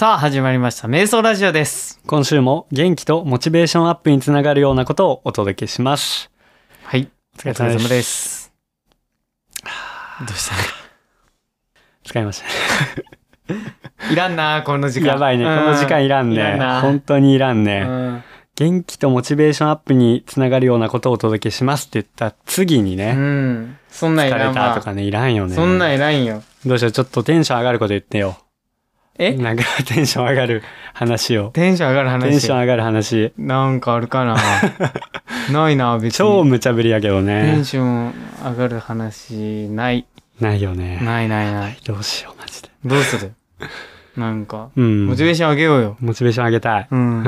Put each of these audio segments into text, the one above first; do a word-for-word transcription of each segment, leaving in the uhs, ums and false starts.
さあ始まりました瞑想ラジオです。 今週も元気とモチベーションアップにつながるようなことをお届けします。 はい、お疲れ様です。どうしたね。 使いましたねいらんなこの時間。 やばいね、うん、この時間いらんね。いらんな、本当にいらんね、うん、元気とモチベーションアップにつながるようなことをお届けしますって言った次にね、うん、 そんなんいらんわ。 疲れたとかね、いらんよね。 そんなんいらんよ。 どうしよう、ちょっとテンション上がること言ってよ。 えなんかテンション上がる話を。 テンション上がる話。 テンション上がる話。 なんかあるかなないな、別に。 超無茶ぶりやけどね。 テンション上がる話、ない。 ないよね。 ないないない。 どうしよう、マジで。 どうするなんか、うん、モチベーション上げようよ。 モチベーション上げたい。うん。うん。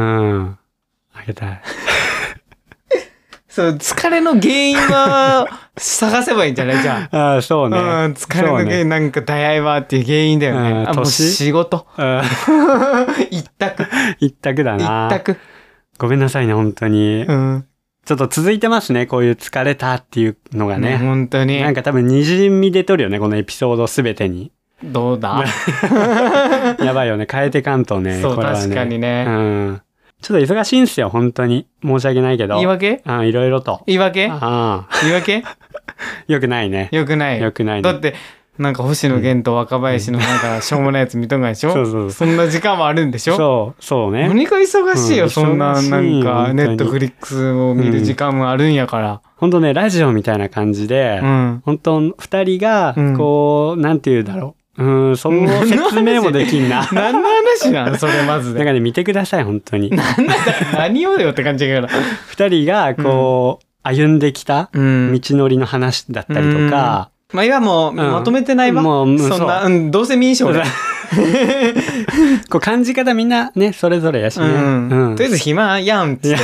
上げたい。 そう、疲れの原因は探せばいいんじゃないじゃあ。 ああ、そうね。うん、 疲れの原因、ね、なんか大愛はっていう原因だよね。あ、もう仕事。一択。 一択だな。 一択。 ごめんなさいね、本当に。うん。ちょっと続いてますね、こういう疲れたっていうのがね。 うん、本当に。 なんか多分滲み出とるよね、このエピソードすべてに。 どうだやばいよね、変えてかんとね。 そう、 これはね、 確かにね。 うん。ちょっと忙しいんすよ、本当に。申し訳ないけど。 言い訳？ ああ、いろいろと。 言い訳？ ああ。 言い訳？ よくないね。 よくない。 よくないね。 だって、なんか星野源と若林のなんかしょうもないやつ見とんがでしょ、 そうそう。 そんな時間もあるんでしょ。 そう、そうね。 何が忙しいよ、うん、そんな、なんか、ネットフリックスを見る時間もあるんやから。 本当ね、ラジオみたいな感じで、うん、本当二人が、こう、うん、なんて言うだろう。うん、その説明もできんな。 何の話なのそれまずで。 だからね、見てください、本当に。 なんだ、何をよって感じだから。 二人が、こう、うん、歩んできた道のりの話だったりとか。 うん、まあ、今もう、うん、まとめてないわ。もう、そんな、うん、どうせ民賞だ。 こう感じ方みんなね、それぞれやしね。うんうん、とりあえず暇やんっつって。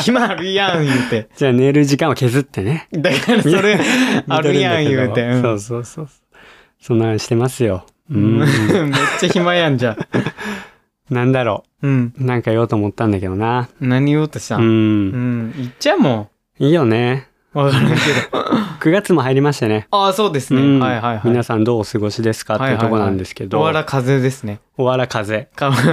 暇あるやん言うて。 じゃあ寝る時間を削ってね。 だからそれ、あるやん言うて。 うん、そうそうそう。そんなんしてますよ。うん、 めっちゃ暇やんじゃん。 なんだろう。うん。なんか言おうと思ったんだけどな。 何言おうとしたん？うん。うん。言っちゃうもん。いいよね。 わからんけど。 くがつも入りましたね。 ああ、そうですね、うん。はいはいはい。 皆さんどうお過ごしですかっていうとこなんですけど。 おわら風ですね。 おわら風。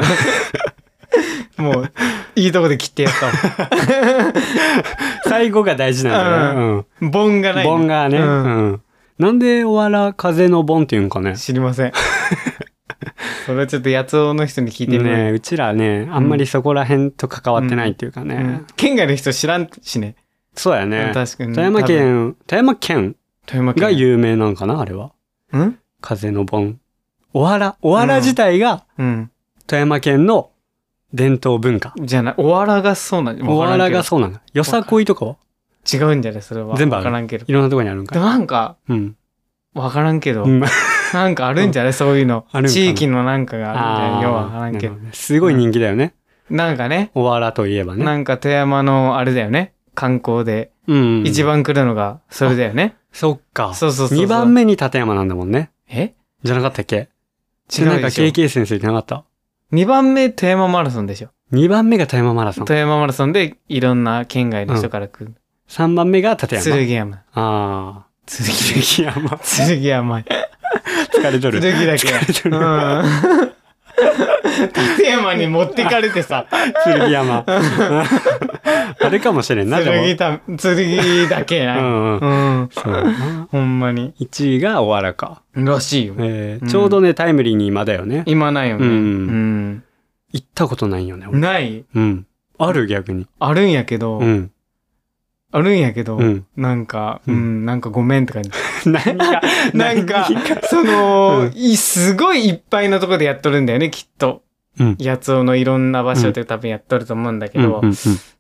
もう、いいとこで切ってやったわ。 最後が大事なんだね。 うん。盆がない。 盆がね。うん。うんなんでおわら風の盆っていうんかね。 知りません。それはちょっと八尾の人に聞いてみね。うちらね、あんまりそこら辺と関わってないっていうかね。うんうん、 県外の人知らんしね。 そうやね。 確かに。 富山県、富山県が有名なんかな、あれは。 ん風の盆。おわら、おわら自体が、富山県の伝統文化。 うん、じゃない、おわらがそうなんおわらがそうなんだ。よさこいとかは違うんじゃないそれは。 全部わからんけど。 いろんなところにあるんか。 なんか、うん。わからんけど。うん、なんかあるんじゃないそういうの。地域のなんかがあるんじゃないようわからんけど。 すごい人気だよね。 なんかね。 おわらといえばね。 なんか富山のあれだよね。観光で。うん。一番来るのがそれだよね。 そっか。 そうそうそう。 にばんめに立山なんだもんね。 えじゃなかったっけ違う。 なんか ケーケー 先生言ってなかったにばんめ富山マラソンでしょ。 にばんめが富山マラソン。 富山マラソンでいろんな県外の人から来る。うんさんばんめが立山。 剣山。 ああ。 剣山。剣山。 疲れとる。 剣だけ。疲れとる。うん。立山に持ってかれてさ。 剣山。あれかもしれんな、 剣た、剣だけな。うんうん。うん。そう。ほんまに。 いちいがおわらか。 らしいよ。 えー、ちょうどね、タイムリーに今だよね。 今ないよね。うん。うん、行ったことないよね。 ないうん。ある逆に。 あるんやけど。うん。あるんやけど、うん、なんか、うん、うん、なんかごめんって感じ。 何がなんか、その、うん、すごいいっぱいのとこでやっとるんだよね、きっと。うん。八尾のいろんな場所で多分やっとると思うんだけど、うんうんうん、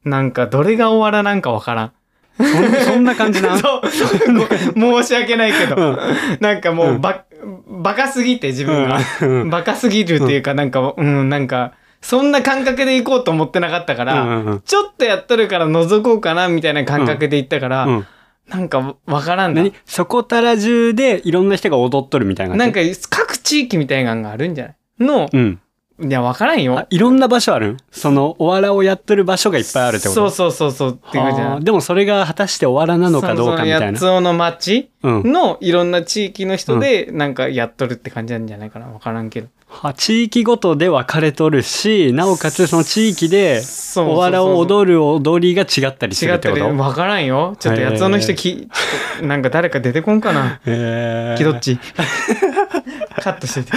なんかどれが終わらなんかわからん。 そ, そんな感じなそう。申し訳ないけど、うん、なんかもうば、バカすぎて自分が。うん、バカすぎるっていうか、なんか、うん、なんか、そんな感覚で行こうと思ってなかったから、うんうん、ちょっとやっとるから覗こうかなみたいな感覚で行ったから、うんうん、なんかわからんだ。 何そこたら中でいろんな人が踊っとるみたいな。 なんか各地域みたいなのがあるんじゃないの、うん、 いや分からんよ。 いろんな場所あるん？そのおわらをやっとる場所がいっぱいあるってこと？ そうそうそうそうっていうじゃん。 でもそれが果たしておわらなのかどうかみたいな。その八尾の町のいろんな地域の人でなんかやっとるって感じなんじゃないかな。分からんけど。 は地域ごとで分かれとるし、なおかつその地域でおわらを踊る踊りが違ったりするってこと？ 違ったり分からんよ。ちょっと八尾の人き、ちょっとなんか誰か出てこんかな。 へー。 きどっちカットしてて。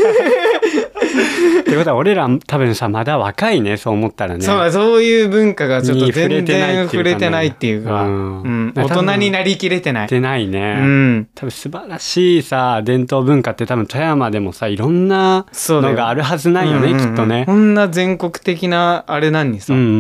ってことは俺ら多分さまだ若いね、そう思ったらね。 そう、そういう文化がちょっと全然触れてないっていうか、 うん、 うん、大人になりきれてない。 てないね。 うん、 多分素晴らしいさ伝統文化って多分富山でもさいろんなのがあるはずないよね、 うんうんうん、 きっとね。 こんな全国的なあれなんにさ、 うんうんうん、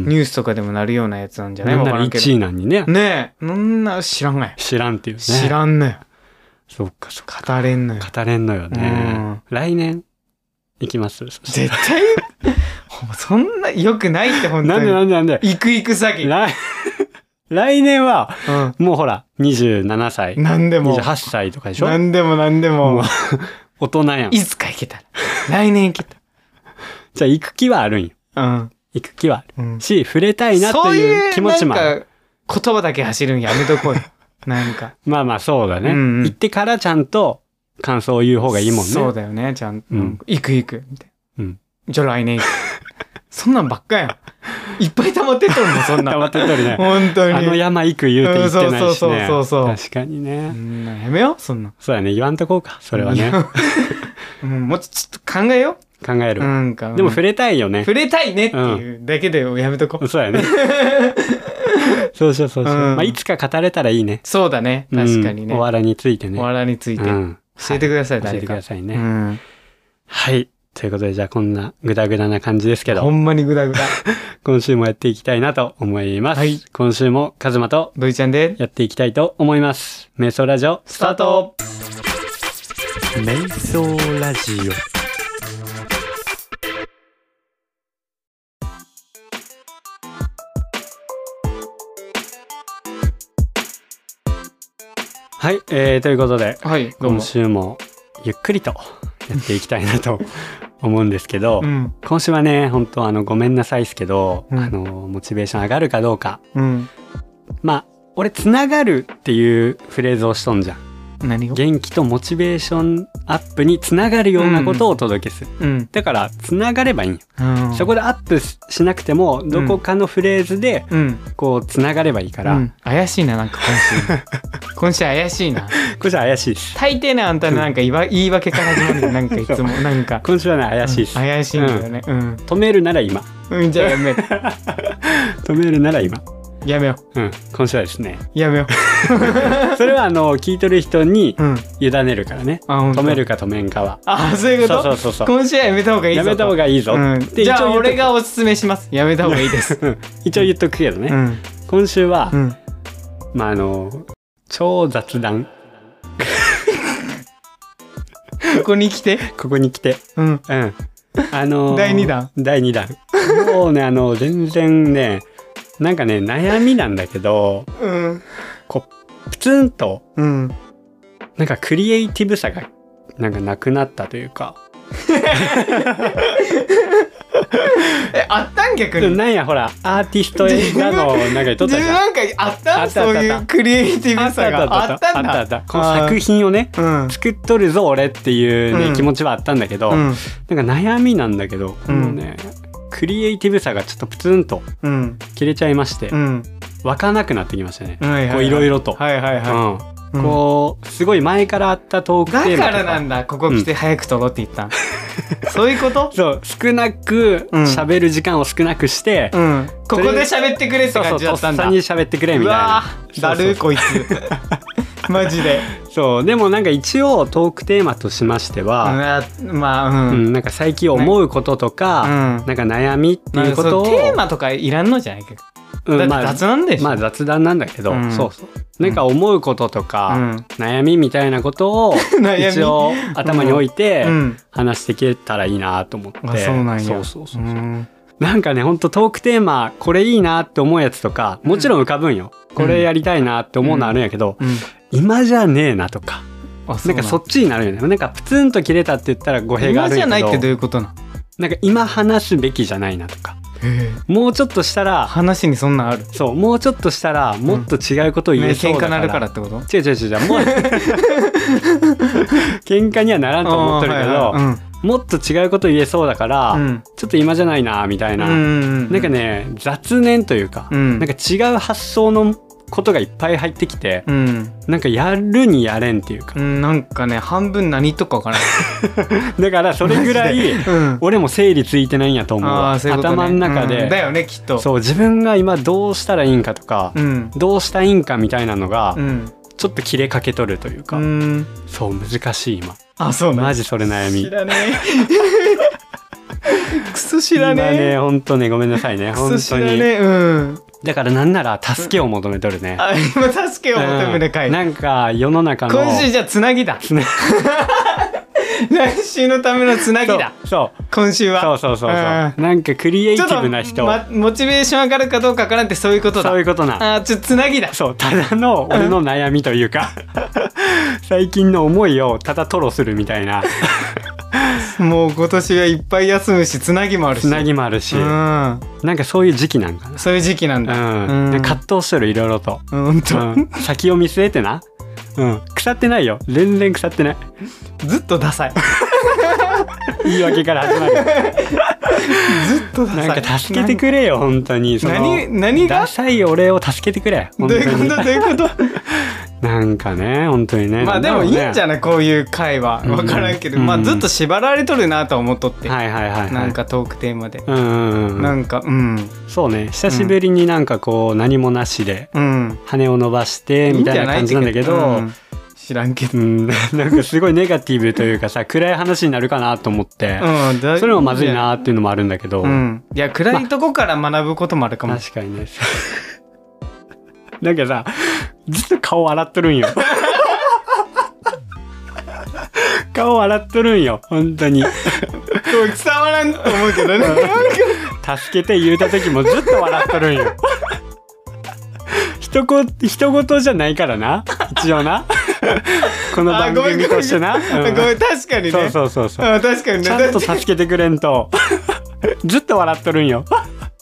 ニュースとかでもなるようなやつなんじゃない？ なんならいちいなんにね。 ねえ、なんな知らんがよ。 知らんっていうね。 知らんのよ。 そっかそっか。 語れんのよ。 語れんのよね。うん、来年行きます。 絶対そんな良くないって本当に。 なんでなんでなんで。 行く行く先。 来来年は、うん、もうほらにじゅうななさい。 なんでも。 にじゅうはっさいとかでしょ。 なんでもなんでも。もう大人やん。 いつか行けたら。来年行けた。 じゃあ行く気はあるんよ。 うん。 行く気はある。うん、し、触れたいなという気持ちもある。そういうなんか言葉だけ走るんやめとこうよ。なんか。 まあまあそうだね、うんうん。行ってからちゃんと感想を言う方がいいもんね。 そうだよね。ちゃんと。うん、行く行く。みたいな。うん。じゃあ来年行く。そんなんばっかやん。いっぱい溜まってとるもん、そんな。 溜まってとるね。 本当に。 あの山行く言うて言ってないしね。 そうそうそうそう。 確かにね。 うんやめよう、そんな。 そうだね。言わんとこうか。それはね。 うん、もうちょっと考えよう。 考える。 なんか。 でも触れたいよね。 触れたいねっていうだけでやめとこう。 うん、そうやね。そうそうそうそう。うん、まあいつか語れたらいいね。 そうだね。確かにね。 うん、おわらについてね。 おわらについて。うん、教えてください、 はい、教えてくださいね。 うん、 はい。ということで、じゃあこんなグダグダな感じですけど。 ほんまにグダグダ。 今週もやっていきたいなと思います。はい、今週もカズマとドイちゃんでやっていきたいと思います。瞑想ラジオスタート。瞑想ラジオ。はい、えー、ということで、はい、今週もゆっくりとやっていきたいなと思うんですけど、うん、今週はね本当あのごめんなさいですけど、うん、あのモチベーション上がるかどうか、うん、まあ俺つながるっていうフレーズをしとんじゃん。 何を？ 元気とモチベーションアップにつながるようなことをお届けする、うん、だからつながればいいんよ、うん、そこでアップしなくてもどこかのフレーズでこうつながればいいから、うん、 怪しいななんか今週今週怪しいな今週怪しいです。 大抵ねあんたのなんか言い, 言い訳から始まるよなんかいつもなんか今週はね怪しいです、 うん、怪しいんだよね、うんうん、 止めるなら今、 うん、じゃあやめ止めるなら今やめよう、うん、今週はですねやめようそれはあの聞いとる人に委ねるからね、うん、止めるか止めんかは。 あそういうこと。そうそうそうそう今週はやめた方がいいぞやめた方がいいぞ、うん、 じゃあ俺がおすすめします。やめた方がいいです、 うん、一応言っとくけどね、うん、今週は、うん、まああの超雑談ここに来てここに来てうん、うん、あのー、 だいにだんだいにだんもうねあの全然ねなんかね悩みなんだけど、うん、こうプツンと、うん、なんかクリエイティブさがなんかなくなったというかえあったん逆に。 なんやほらアーティスト映画のなんか撮ったじゃん。 なんかあったんそういうクリエイティブさがあったんだ。 あったあったこの作品をね、うん、作っとるぞ俺っていう、ねうん、気持ちはあったんだけど、うん、なんか悩みなんだけど、このね、うん、クリエイティブさがちょっとプツンと切れちゃいまして、うん、湧かなくなってきましたね、うん、こういろいろと、はいはいはい、うん、こうすごい前からあったトークテーマとか。 だからなんだここ来て早く撮ろうって言った、うん、そういうこと。 そう少なく喋る時間を少なくして、うん、 ここで喋ってくれって感じだったんだ。 そうそうとっさに喋ってくれみたいな。うわだるこいつマジで。 そうでもなんか一応トークテーマとしましては、 うん、まあ、うんうん、なんか最近思うこととか、うん、なんか悩みっていうことを、 まあ、テーマとかいらんのじゃないけど、うん、だって雑談でしょ。 まあ、まあ雑談なんだけど、うん、そうそうなんか思うこととか、うん、悩みみたいなことを一応頭に置いて話していけたらいいなと思って、うん、あそうなんや。そうそうそうそう、うん、なんかねほんとトークテーマこれいいなって思うやつとかもちろん浮かぶんよ、うん、これやりたいなって思うのあるんやけど、うんうん、今じゃねえなとか、あなんかそっちになるよね。なんかプツンと切れたって言ったら語弊があるんやけど、 今じゃないってどういうことなの。 なんか今話すべきじゃないなとか、もうちょっとしたら話にそんなんある。 そうもうちょっとしたらもっと違うことを言えそうだから、 うんね、喧嘩なるからってこと？ 違う違う違うもう喧嘩にはならんと思ってるけど、はいはい、うん、もっと違うこと言えそうだから、うん、ちょっと今じゃないなみたいな、うんうんうん、なんかね雑念というか、うん、なんか違う発想のことがいっぱい入ってきて、うん、なんかやるにやれんっていうか、 うん、なんかね半分何とか分からないだからそれぐらい、うん、俺も整理ついてないんやと思う。あ、そういうことね、頭の中で、 うん、だよねきっと。 そう自分が今どうしたらいいんかとか、うん、どうしたいんかみたいなのが、うん、ちょっと切れかけとるというか、うん、そう難しい今。 あ、そうなんマジそれ悩み。 知らねえクソ知らねえ。 今ね本当ねごめんなさいね本当に。クソ知らねえ、うん。だからなんなら助けを求めとるね。 あ、今助けを求める回、 うん、なんか世の中の今週じゃあつなぎだ来週のためのつなぎだ。 そうそう今週はそうそうそうそう、うん、なんかクリエイティブな人、 ま、モチベーション上がるかどうかからんってそういうことだ。 そういうことな。 あ、ちょっとつなぎだ。 そうただの俺の悩みというか最近の思いをただ吐露するみたいなもう今年はいっぱい休むしつなぎもあるしつなぎもあるし、うん、なんかそういう時期なんかな。 そういう時期なんだ、 うんうん、葛藤してるいろいろと、 うん、本当、 うん、先を見据えてな、うん、腐ってないよ全然腐ってない。 ずっとダサい言い訳から始まるずっとダサい。 なんか助けてくれよ本当に。その何何がダサい俺を助けてくれ。 どういうことどういうことなんかね本当にね。 まあでもいいんじゃない、こういう会話分からんけど、うん、まあずっと縛られとるなと思っとって、 はいはいはいはい、 なんかトークテーマで、 うんうんうん、 なんかうんそうね久しぶりになんかこう何もなしで、うん、羽を伸ばしてみたいな感じなんだけど、うん、 知らんけど、 うん、なんかすごいネガティブというかさ暗い話になるかなと思って、うん、だそれもまずいなっていうのもあるんだけど、 うん、いや暗いとこから学ぶこともあるかも、 ま、確かにねなんかさずっと顔洗っとるんよ顔洗っとるんよ本当にこれ伝わらんと思うけどね助けて言うた時もずっと笑っとるんよ一言一言じゃないからな一応なこの番組としてな、うん、 ごめん確かにねそうそうそうそうあ確かにねちゃんと助けてくれんとずっと笑っとるんよ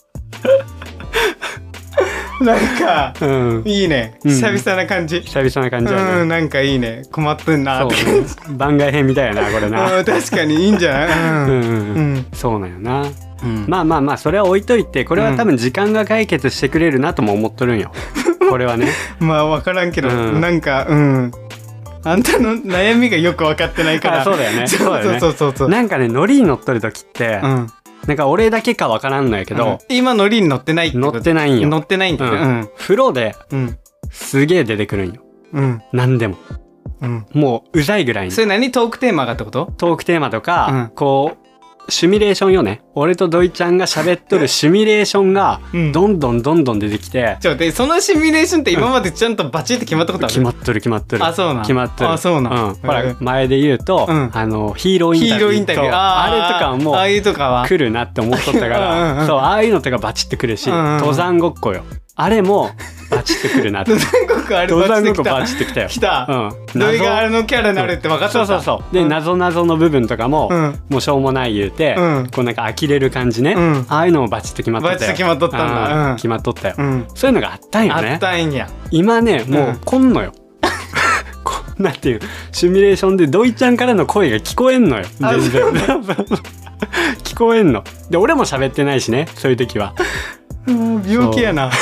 なんか、うん、いいね久々な感じ、うん、 久々な感じやね、 うん、なんかいいね困ってんなって番外編みたいやなこれな確かにいいんじゃない、うんうんうん、 そうなんよな、うん、まあまあまあそれは置いといてこれは多分時間が解決してくれるなとも思っとるんよ、うん、これはねまあ分からんけど、うん、なんかうんあんたの悩みがよく分かってないからそうだよねそうそうそうそうそうなんかねノリに乗っとる時って、うんなんか俺だけかわからんのやけど、うん、 今ノリに乗ってないって乗ってないんよ乗ってないんだよ、うんうん、 風呂で、うん、すげえ出てくるんよ、うん、何でも、うん、もううざいぐらいに。 それ何トークテーマがってこと？ トークテーマとか、うん、こうシミュレーションよね。俺とドイちゃんが喋っとるシミュレーションがどんどんどんどん出てきて、 うん、ちょっとそのシミュレーションって今までちゃんとバチって決まったことある？ 決まっとる決まっとる。 あ、そうなん。 決まっとる。 あ、そうなん。 うん、ほら前で言うと、うん、あのヒーローインタビューと、ヒーローインタビュー、あ, あれとかもああいうとかは来るなって思っとったからうん、うん、そうああいうのとかバチってくるし、うんうん、登山ごっこよ。あれもバチってくるなって。 登山ごっこあれ登山ごっこバチってきたよ。 来た。うん。どれがあれのキャラになるって分かった。 そうそうそう。で、なぞなぞの部分とかも、うん、もうしょうもない言うて、うん、こうなんか呆れる感じね、うん。ああいうのもバチって決まっとったよ。 バチって決まっとったんだ。 うん、決まっとったよ、うん。そういうのがあったんよね。 あったんや。 今ね、もうこんのよ。うん、なんていうシミュレーションでドイちゃんからの声が聞こえんのよ。全然。聞こえんの。で、俺も喋ってないしね、そういう時は。 病気やな。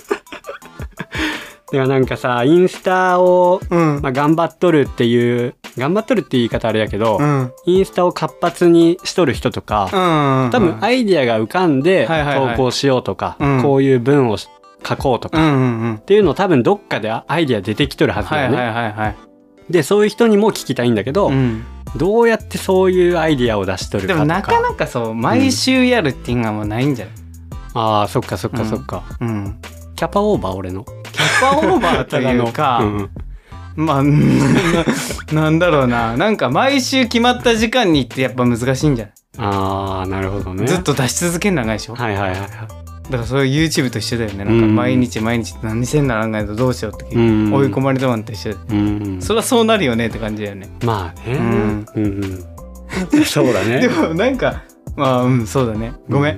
ではなんかさインスタを、うんまあ、頑張っとるっていう頑張っとるっていう言い方あれやけど、うん、インスタを活発にしとる人とか、うんうんうん、多分アイディアが浮かんで投稿しようとか、はいはいはい、こういう文を書こうとか、うんうんうん、っていうの多分どっかでアイディア出てきとるはずだよね、はいはいはいはい、でそういう人にも聞きたいんだけど、うん、どうやってそういうアイディアを出しとるかとか。 でもなかなかそう毎週やるっていうのはもうないんじゃない、 うん、ああそっかそっかそっか、うんうん、キャパオーバー俺のキャパオーバーというか、うん、まあ な, なんだろうななんか毎週決まった時間にってやっぱ難しいんじゃない？ あーなるほどね。 ずっと出し続けんならないでしょ。 はいはいはい。だからそういう YouTube と一緒だよね。なんか毎日毎日何せんならないとどうしようって追い込まれたもんと一緒で、うん、それはそうなるよねって感じだよね。 まあね、うんうん、そうだね。 でもなんかまあうんそうだねごめん、うん、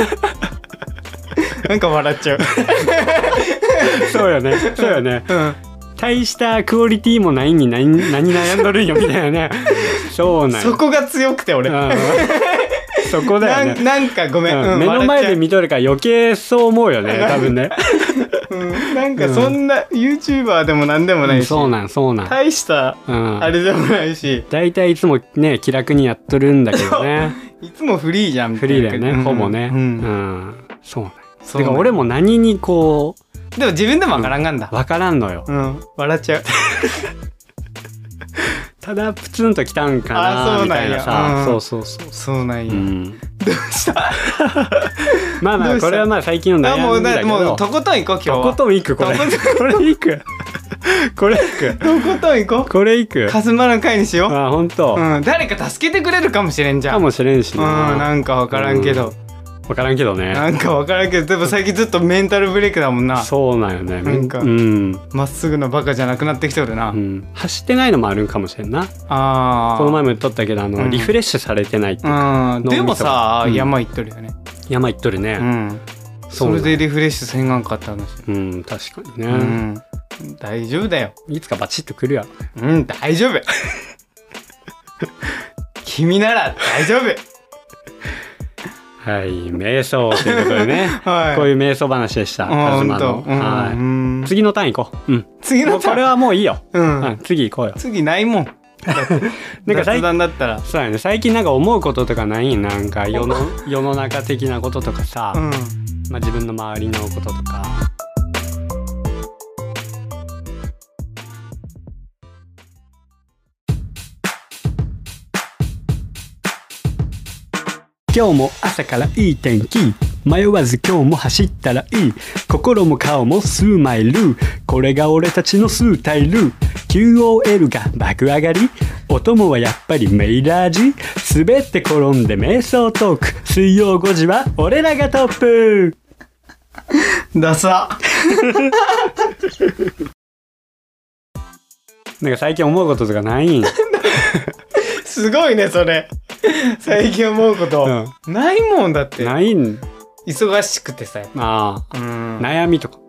なんか笑っちゃうそうよねそうよね、うん、大したクオリティもないに 何, 何悩んどるんよみたいなねそうなんそこが強くて俺、うん、 そこだよねな, なんかごめん、うん、 目の前で見とるから余計そう思うよね多分ね、 うん、なんかそんな YouTuber でもなんでもないし、うん、 そうなんそうなん大したあれでもないし、 だいたいいつもね気楽にやっとるんだけどねいつもフリーじゃんフリーだよね、うん、ほぼね、うんうん、そうなんてか俺も何にこうでも自分でも分からんがんだ、 うん、分からんのよ、 うん、笑っちゃうただプツンときたんかなみたいなさ、うん、そうそうそうそうなんや、うん、どうしたまあまあこれはまあ最近の悩みだけど、 もうもうとことん行こう今日はとことん行くこれこれ行くこれ行くとことん行こうこれ行くカズマの会にしようあ本当、 うん、誰か助けてくれるかもしれんじゃんかもしれんしな、 うん、なんか分からんけど、うん分からんけどねなんか分からんけどでも最近ずっとメンタルブレイクだもんなそうなんよねなんかま、うん、っすぐのバカじゃなくなってきてるな、うん、 走ってないのもあるんかもしれんなあこの前も言っとったけどあの、うん、リフレッシュされてないっていうか、 うん、でもさ、うん、山行っとるよね山行っとるね、うん、 それでリフレッシュせんがんかった話うん確かにね、うん、 大丈夫だよいつかバチッとくるやろうん大丈夫君なら大丈夫はい、瞑想ということでね、はい、こういう瞑想話でした。カズマの、うんはい、次のターン行こう。うん、 次のターンこれはもういいよ。うんうん、次行こうよ。 次ないもん。なんか雑談だったら。 そうやね。最近なんか思うこととかないなんか世の世の中的なこととかさ、うんまあ、自分の周りのこととか。今日も朝からいい天気迷わず今日も走ったらいい心も顔もスマイルこれが俺たちのスタイル キューオーエル が爆上がりお供はやっぱりメイラージ滑って転んで瞑想トーク水曜ごじは俺らがトップダサなんか最近思うこととかないんすごいねそれ最近思うこと、うん、ないもんだってないん忙しくてさああ、うん、悩みとか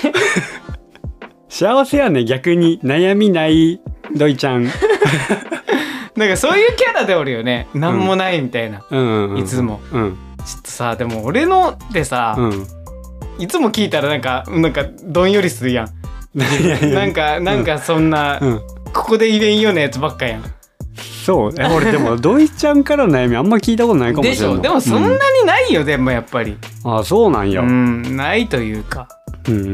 幸せやね逆に悩みないドイちゃんなんかそういうキャラでおるよねなんもないみたいな、うん、いつも、うん、ちょっとさでも俺のってさ、うん、いつも聞いたらなんかなんかどんよりするやんなんかなんかそんな、うん、ここで言えんようなやつばっかやんそうえ俺でもドイちゃんからの悩みあんま聞いたことないかもしれないでしょでもそんなにないよ、うん、でもやっぱりあそうなんや、 うん、ないというかうん、うん、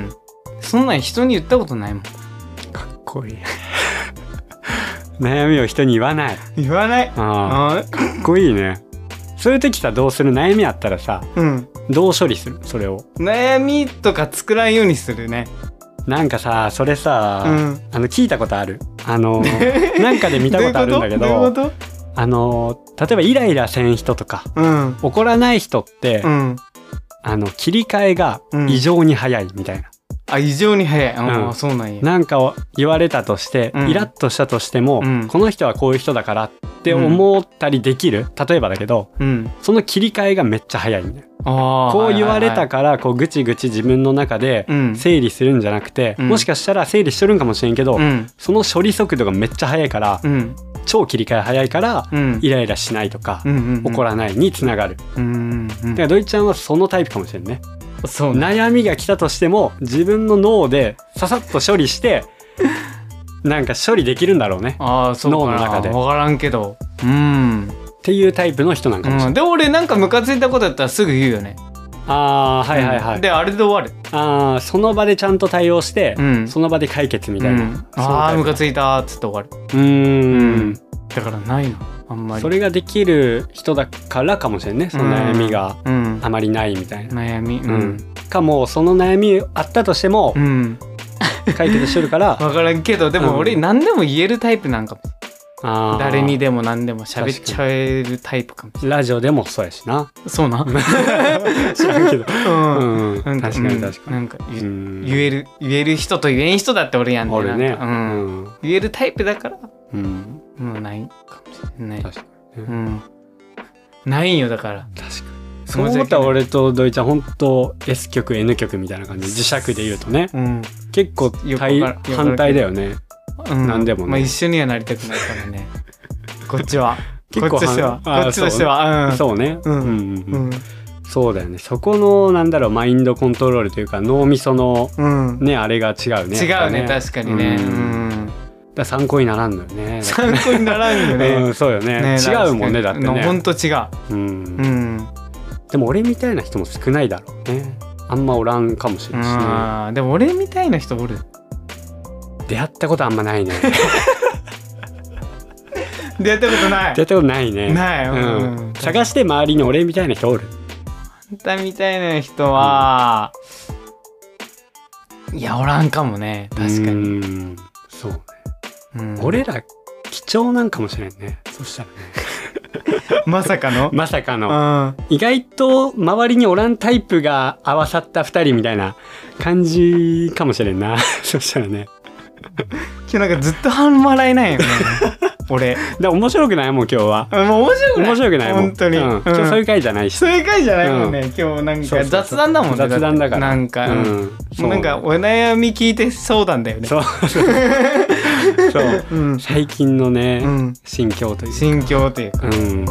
そんなん人に言ったことないもんかっこいい悩みを人に言わない言わないああかっこいいねそういう時さどうする悩みあったらさ、うん、どう処理するそれを悩みとか作らんようにするねなんかさそれさ、うん、あの聞いたことあるあのなんかで見たことあるんだけどどういうことあの例えばイライラせん人とか、うん、怒らない人って、うん、あの切り替えが異常に早いみたいな、 うん、あ異常に早いあ、うん、そうなんやなんかを言われたとして、うん、イラッとしたとしても、うん、この人はこういう人だからって思ったりできる、うん、例えばだけど、うん、その切り替えがめっちゃ早いんだよこう言われたからこうぐちぐち自分の中で整理するんじゃなくて、うん、もしかしたら整理しとるんかもしれんけど、うん、その処理速度がめっちゃ速いから、うん、超切り替え早いから、うん、イライラしないとか、うんうんうん、怒らないにつながる、うんうん、だからドイちゃんはそのタイプかもしれんねそうね悩みが来たとしても自分の脳でささっと処理してなんか処理できるんだろうねあそうかな脳の中で分からんけどうんっていうタイプの人なんかもしれない、うん、 で俺なんかムカついたことやったらすぐ言うよねあーはいはいはい、 うん、であれで終わるあその場でちゃんと対応して、うん、その場で解決みたいな、うん、 あームカついたーっつって終わるうーん、うん、 だからないのあんまりそれができる人だからかもしれんねその悩みがあまりないみたいな、 悩み、うんうん、かもその悩みあったとしても、うん、解決してるから分からんけどでも俺何でも言えるタイプなんかもあ誰にでも何でも喋っちゃえるタイプかもしれないラジオでもそうやしなそうな知らんけど、 うんうん、なんか確かに確かになんか言、うん、言える言える人と言えん人だって俺やんね俺ね、 なんか、うんうん、言えるタイプだから、うん、もうないかもしれない確かに、ねうん、 ないんよだから。 確かにそう思ったら俺と土井ちゃんほんと S 極 N 極みたいな感じ、磁石で言うとね、うん、結構対反対だよね、うん、なんでもね、 まあ、一緒にはなりたくないからねこっちは結構こっちとしてはこっちとしてはそうね、うんうんうん、そうだよね。そこのなんだろうマインドコントロールというか脳みその、うん、ねあれが違うね。 違うね、ね確かにね、うん、 だ参考にならんのよね。 参考にならんよね、 うん、そうよ ね, ね違うもんねだってね。 ほんと違う、うんうん、でも俺みたいな人も少ないだろうね。あんまおらんかもしれないしね。 あでも俺みたいな人おる。 出会ったことあんまないね出会ったことない出会ったことないね。 ない、うんうん、探して周りに俺みたいな人おる。 あんたみたいな人は、うん、いやおらんかもね確かに。うんそうね、うん、俺ら貴重なんかもしれんね。そしたらねまさかのまさかの、うん、意外と周りにおらんタイプが合わさったふたりみたいな感じかもしれんなそしたらね今日なんかずっと半笑いないよね俺だ面白くないもん今日は。 もう面白くない面白くないもん本当に、 うん、今日そういう回じゃないし、 そういう回じゃないもんね、うん、今日なんか雑談だもんね。 雑談だからなんか、うん、なんかお悩み聞いてそうなんだよね。 そうそう、うん、最近のね、うん、心境というか心境というか、うん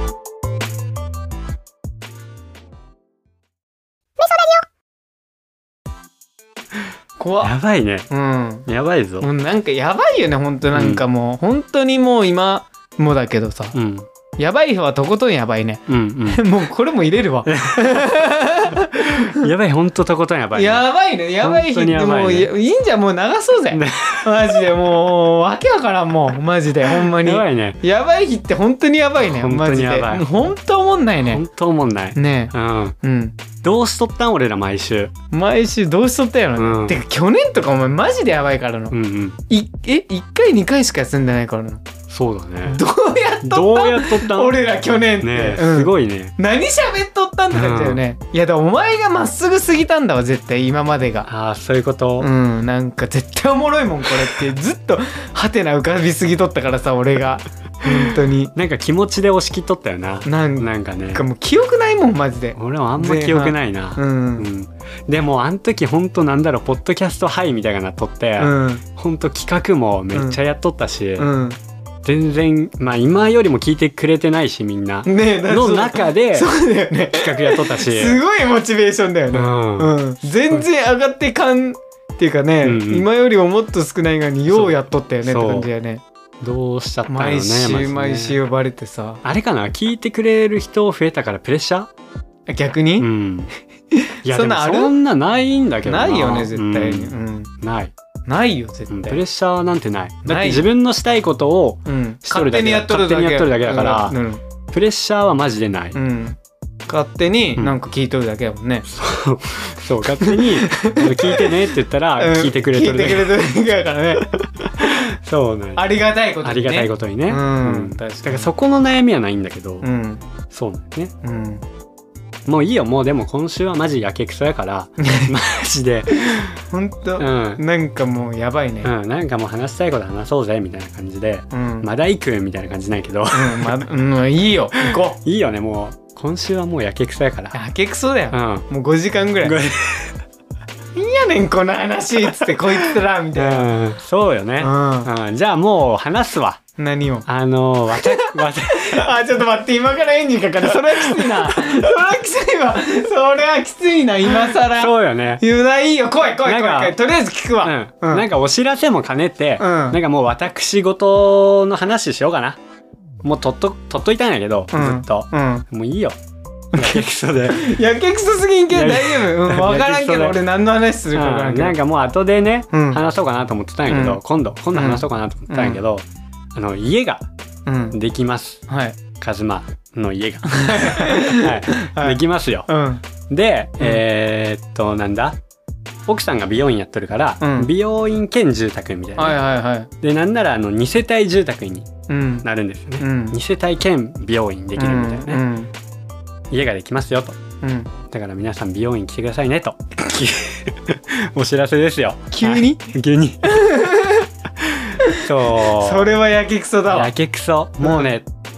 怖っやばいね、うん、やばいぞ。 もうなんかやばいよね本当なんかもう、うん、本当にもう今もだけどさ、うん、やばい人はとことんやばいね、うんうん、もうこれも入れるわやばい本当とことんやばい、ね、 やばいねやばい人ってもういいんじゃんもう流そうぜマジでもうわけわからんもうマジでほんまにやばいね。 やばい日って本当にやばいね本当にやばい。 本当おもんないね本当おもんないねえ、うんうん、どうしとったん俺ら毎週毎週どうしとったやろね、うん、てか去年とかお前マジでやばいからの、うんうん、いえいっかいにかいしか休んでないからの。 そうだね。 どうやっとったどうやっとったん俺ら去年ってね、 うん、すごいね。 何喋っとったんだってよね、うん、いやだお前がまっすぐ過ぎたんだわ絶対今までが。 ああそういうこと。 うんなんか絶対おもろいもんこれってずっとハテナ浮かびすぎとったからさ俺が本当になんか気持ちで押し切っとったよな。 なんなんかねなんかもう記憶ないもんマジで。 俺もあんま記憶ないな、うんうん、でもあん時ほんとなんだろうポッドキャストハイみたいなのなっとって、うん、ほんと企画もめっちゃやっとったし、うんうん全然まあ今よりも聞いてくれてないしみんな、ね、の中で企画やっとったし、 すごいモチベーションだよね、うんうん、全然上がってかんっていうかね、うんうん、今よりももっと少ないがにようやっとったよねって感じだよね。 どうしちゃったのね毎週、ね、毎週呼ばれてさあれかな聞いてくれる人増えたからプレッシャー逆に、うん、 いやそんなあるそんなないんだけどな。 ないよね絶対に、 うんうん、ないないよ絶対、 うん、プレッシャーなんてない。だって自分のしたいことをしとるだけ、うん、勝手にやっとるだけ、勝手にやっとるだけだから、うんうん、プレッシャーはマジでない、うん、 勝手になんか聞いとるだけだもんね、 うん、そう、そう勝手に聞いてねって言ったら聞いてくれとるだけ、 うん、聞いてくれとるだけだからねそうねありがたいことにねありがたいことにね、うんうん、だからそこの悩みはないんだけど、うん、そうなんね、うんもういいよもうでも今週はマジやけくそやからマジでほんと、うん、なんかもうやばいね、 うん、なんかもう話したいこと話そうぜみたいな感じで、うん、まだ行くみたいな感じないけど、 うんまうん、いいよ行こういいよねもう今週はもうやけくそやから。 やけくそだよ、うん、もうごじかんぐらいいいやねんこの話っつってこいつらみたいな、うん、 そうよね、うんうん、じゃあもう話すわ。 何をあのわたわたあちょっと待って今からエンジンかかるそれはきついなそれはきついわそれはきついな今更。 そうよね言うないいよ来い来い来い来いとりあえず聞くわ、 うんうん、なんかお知らせも兼ねて、うん、なんかもう私事の話しようかな。もうとっととっといたんやけど、うん、ずっと、うん、もういいよやけくそでやけくそすぎんけど大丈夫、うん、分からんけど俺何の話するか分からんけど、 うん、なんかもう後でね、うん、話そうかなと思ってたんやけど、うん、今度今度話そうかなと思ってたんやけど、うん、あの家ができます、うん、はい、カズマの家が、はいはい、できますよ、うん、で、うん、えー、っとなんだ奥さんが美容院やってるから、うん、美容院兼住宅みたいな、はいはいはい、でなんならあのに世帯住宅になるんですよね、うん、に世帯兼美容院できるみたいなね、うんうん、家ができますよと、うん、だから皆さん美容院来てくださいねとお知らせですよ。 急に、 はい、急にそうそれはやけくそだわ。 やけくそもうね、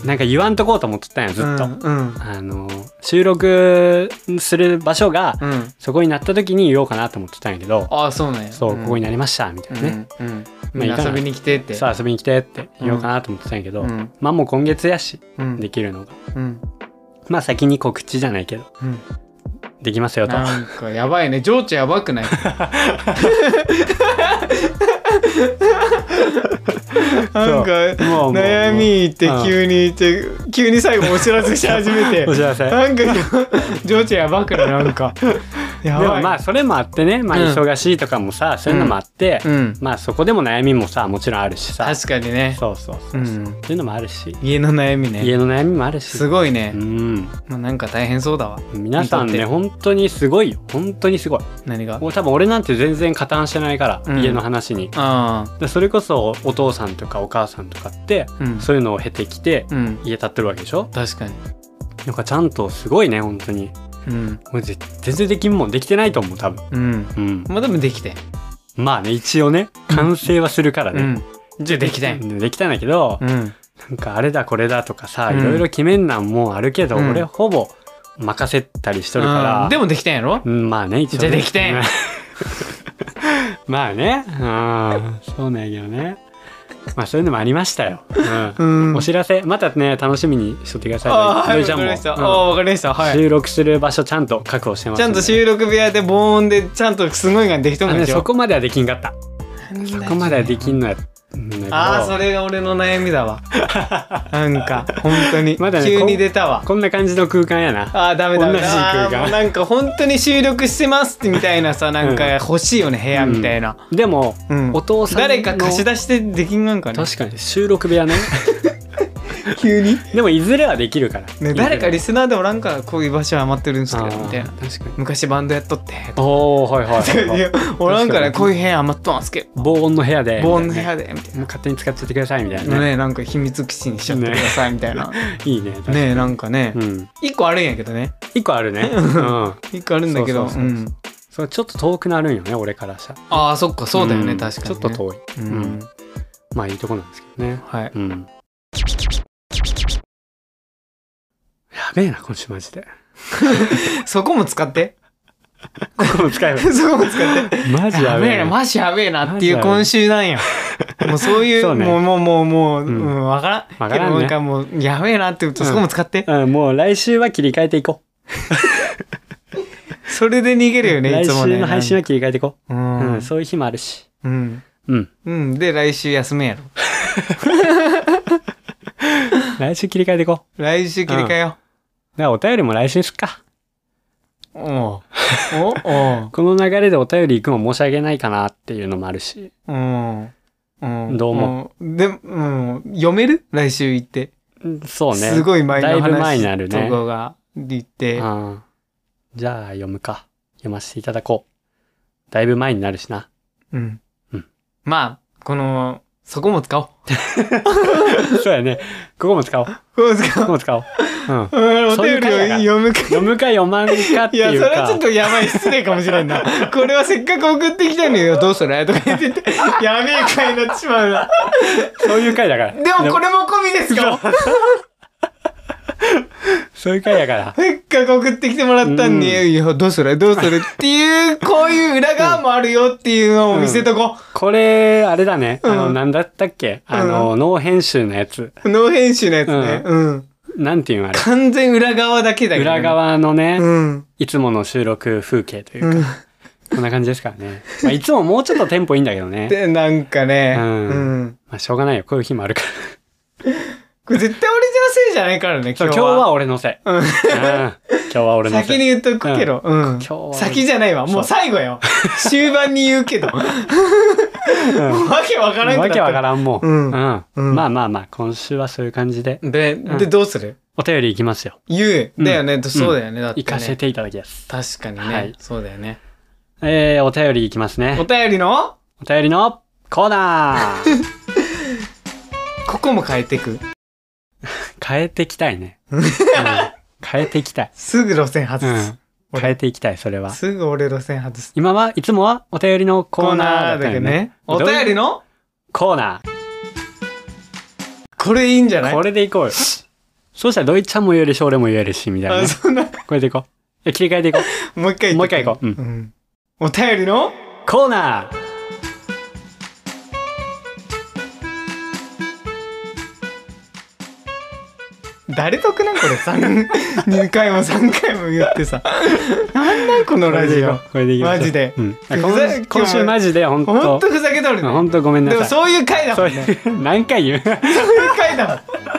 なんか言わんとこうと思っとったんやずっと、 うんうん、 あの収録する場所が、うん、そこになった時に言おうかなと思ってたんやけど、 ああそうなんや、 そう、うん、ここになりましたみたいなね、うんうん、 みんな遊びに来てって、 さあ遊びに来てって言おうかなと思ってたんやけど、うん、まあもう今月やし、うん、できるのが、うん、まあ先に告知じゃないけど、うん、できますよと。 なんかやばいね、情緒やばくないなんか悩みって急に言って急に最後お知らせし始めてお知らせなんか情緒やばくないなんかやばい。 でもまあそれもあってね、まあ忙しいとかもさ、うん、そういうのもあって、うん、まあそこでも悩みもさもちろんあるしさ。 確かにね。 そうそうそう、うん、そういうのもあるし、 家の悩みね。 家の悩みもあるし、 すごいね。 うん、 まあ、なんか大変そうだわ。 皆さんね本当にすごいよ、本当にすごい。 何が？ もう多分俺なんて全然加担してないから、うん、家の話に。あでそれこそお父さんとかお母さんとかって、うん、そういうのを経てきて、うん、家建ってるわけでしょ。 確かに。 なんかちゃんとすごいね本当に。うん、もう全然できんもんできてないと思う多分。うんうん、まあでもできて。 まあね一応ね完成はするからね。 うん、じゃあできたい。 できたんだけど、うん、なんかあれだこれだとかさ、いろいろ決めんなんもあるけど、うん、俺ほぼ任せたりしとるから。 うん、でもできたんやろ？ うん、まあね一応、ね。 じゃあできたんや。 まあね、うん、そうなんやけどね。まあそういうのもありましたよ。うん、お知らせまたね楽しみにしとってください。 あはい、わかりました。あわかりました。はい。 収録する場所ちゃんと確保してます。 ちゃんと収録部屋で防音でちゃんとすごいができとんでしょ。 そこまではできんかった。そこまではできんのや。 ああそれが俺の悩みだわ。なんか本当にまだ、ね、急に出たわ。 こんな感じの空間やな。 あーダメだ。 同じ空間。 なんか本当に収録してますみたいなさ、なんか欲しいよね、うん、部屋みたいな。 うん、でも、うん、お父さんの誰か貸し出してできんなんかね。 確かに収録部屋ね。 急にでもいずれはできるから、 ね、誰かリスナーでおらんからこういう場所余ってるんですけどみたいな。確かに昔バンドやっとっておーはいはい、はい、 おらんからこういう部屋余っとんすけど防音の部屋で防音の部屋でみたいな、 もう勝手に使っちゃってくださいみたいなね, ねなんか秘密基地にしちゃってくださいみたいな、ね、 いいねねなんかね、うん、いっこあるんやけどねいっこあるね、うん、 いっこあるんだけどそれちょっと遠くなるんよね俺からしたら。 ああそっかそうだよね、うん、確かに、ね、 ちょっと遠い、うんうん、まあいいとこなんですけどね。 はい、うん、 やべえな今週マジで。 そこも使ってここも使えばそこも使ってマジやべえなマジやべえなっていう今週なんよ。もうそういうそう、ね、もうもうもうもう、うんうん、分からん分からん、ね、なんかもうやべえなって言うとそこも使って、 うんうん、もう来週は切り替えていこう。 それで逃げるよねいつもね。 来週の配信は切り替えていこう、うんうん、そういう日もあるしうんうん、うん、で来週休めやろ。 来週切り替えていこう。来週切り替えよう、うん、だからお便りも来週にすっか。 おおおこの流れでお便り行くの申し訳ないかなっていうのもあるし、うんうん、 どうも、 うん、で、うん、読める来週行って。 そうねすごい前の話だいぶ前になるねとかが言って、うん、 じゃあ読むか読ませていただこう。だいぶ前になるしな。 うん、うん、まあこのそこも使おう。 そうやね。ここも使おう。ここも使おう。 ここも使おう。うん。 お便りを読むか。 読むか読まんかっていうか。いや、 それはちょっとやばい。失礼かもしれんな。これはせっかく送ってきたのよ。どうするとか言ってて、やべえ回になってしまうな。 そういう回だから。 でもこれも込みですか？ そういう回だから。 せっかく送ってきてもらったんに、うん、いや、どうするどうするっていう、こういう裏側もあるよっていうのを見せとこう。うん、 これ、あれだね。あの、うん、なんだったっけあの、うん、ノー編集のやつ。 ノー編集のやつね。うん。うん、 なんていうのあれ。 完全裏側だけだけど、ね。 裏側のね、うん、いつもの収録風景というか、うん、こんな感じですからね。まあ、いつももうちょっとテンポいいんだけどね。 で、なんかね。うん。うん、 まあ、しょうがないよ。こういう日もあるから。 これ絶対俺のせいじゃないからね、今日は。 今日は俺のせい。うん。今日は俺のせい。 先に言っとくけど。うん。うん、今日は先じゃないわ。もう最後よ。終盤に言うけど。うん、わけわからんくなった。 わけわからんもう。うん。うんうん、まあまあまあ、今週はそういう感じで。 で、うん、で、どうする？ お便りいきますよ。 言う。だよね。うん、そうだよね。だってね。 行かせていただきます。 確かにね。はい、そうだよね。 えー、お便りいきますね。 お便りのお便りのコーナー。 ここも変えていく。 変えていきたいね、うん、変えていきたい。 すぐ路線外す、 うん、変えていきたい。それはすぐ俺路線外す。 今はいつもはお便りのコーナーだけどね。 お便りのコーナー。 これいいんじゃない？ これでいこうよ。 そうしたらドイちゃんも言えるし俺も言えるしみたいな、ね、 あそんなこれでいこう。切り替えていこう。もう一回もう一回いこう、うんうん、お便りのコーナー。 誰得なんこれさんにかいもさんかいも言ってさなんなんこのラジオ。 これでいきましょう。 マジで、 うん、今, 今週マジで本当本当ふざけとるね。 本当ごめんなさい。 でもそういう回だもんね。 何回言うそういう回だもん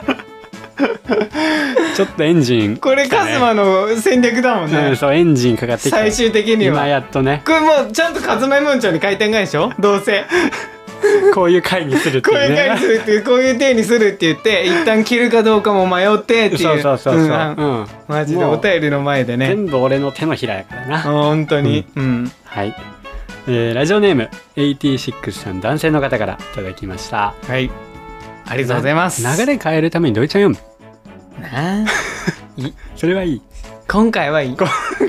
ちょっとエンジン、ね、 これカズマの戦略だもんね、 うん、そうエンジンかかってきた。 最終的には今やっとね。 これもうちゃんとカズマムーンチョンに回転返しょどうせこういう回にするっていうね。 こういう回にするっていう、こういう体にするって言って一旦切るかどうかも迷ってっていう。 そうそうそうそう、うんうん、マジでお便りの前でね全部俺の手のひらやからな本当に、 うん、うん、はい、えー、ラジオネームはちじゅうろくさん、男性の方からいただきました。 はい、ありがとうございます。 流れ変えるためにどいちゃん読むなあいそれはいい。 今回はいい今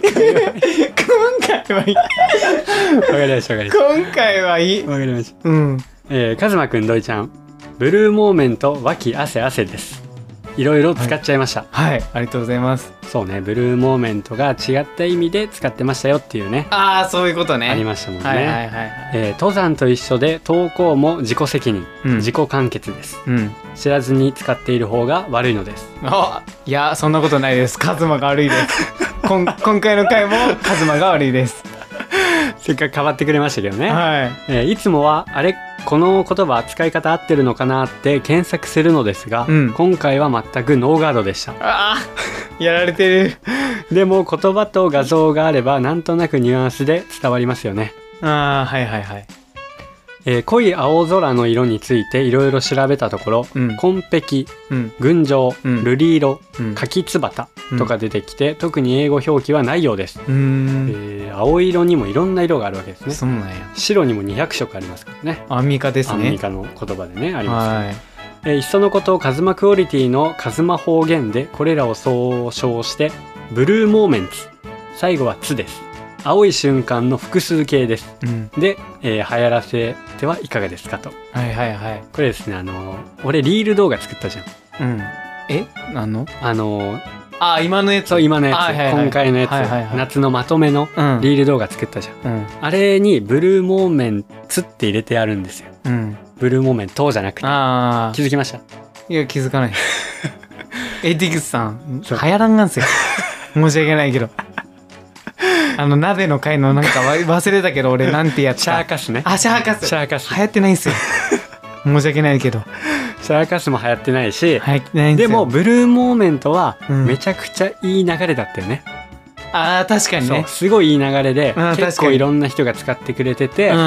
回はいいわかりましたわかりました。 今回はいいわかりました。 うん、 えー、カズマくん、どいちゃん、ブルーモーメント脇汗汗です。いろいろ使っちゃいました。 はい、はい、ありがとうございます。 そうね、ブルーモーメントが違った意味で使ってましたよっていうね。 ああ、そういうことね。 ありましたもんね。 はいはいはい、 えー、登山と一緒で投稿も自己責任、うん、自己完結です、うん、知らずに使っている方が悪いのです。 あ、いやそんなことないです。カズマが悪いですこん今回の回もカズマが悪いですせっかく変わってくれましたけどね、 はい、 えー、いつもはあれこの言葉使い方合ってるのかなって検索するのですが、うん、今回は全くノーガードでした。 あーやられてるでも言葉と画像があればなんとなくニュアンスで伝わりますよね。 あーはいはいはい、 えー、濃い青空の色についていろいろ調べたところ、うん、紺碧、うん、群青、うん、瑠璃色、うん、柿つばたとか出てきて、うん、特に英語表記はないようです。うーん、えー、青色にもいろんな色があるわけですね。 そうなんや。 白にもにひゃくしょくありますからね。 アンミカですね。 アンミカの言葉でねあります、ね。はい、えー、いっそのことカズマクオリティのカズマ方言でこれらを総称してブルーモーメンツ、最後はツです。青い瞬間の複数形です、うん、で、えー、流行らせてはいかがですかと。 はいはいはい。 これですね、あのー、俺リール動画作ったじゃん。うん。 え何のあのー、 あ今のやつ。 そう今のやつ、 はいはいはい、 今回のやつ、はいはいはい、夏のまとめのリール動画作ったじゃん、うん、あれにブルーモーメンツって入れてあるんですよ、うん、ブルーモーメントじゃなくて。あ気づきました？ いや気づかないエディクスさん流行らんがんすよ申し訳ないけどあの鍋の回のなんか忘れたけど俺なんてやったシャーカスね。 あシャーカスシャーカス流行ってないんすよ申し訳ないけどシャーカスも流行ってないし、 流行ってないんすよ。 でもブルーモーメントはめちゃくちゃいい流れだったよね、 うん、あー確かにね。 そうすごいいい流れで、うん、結構いろんな人が使ってくれてて、うん、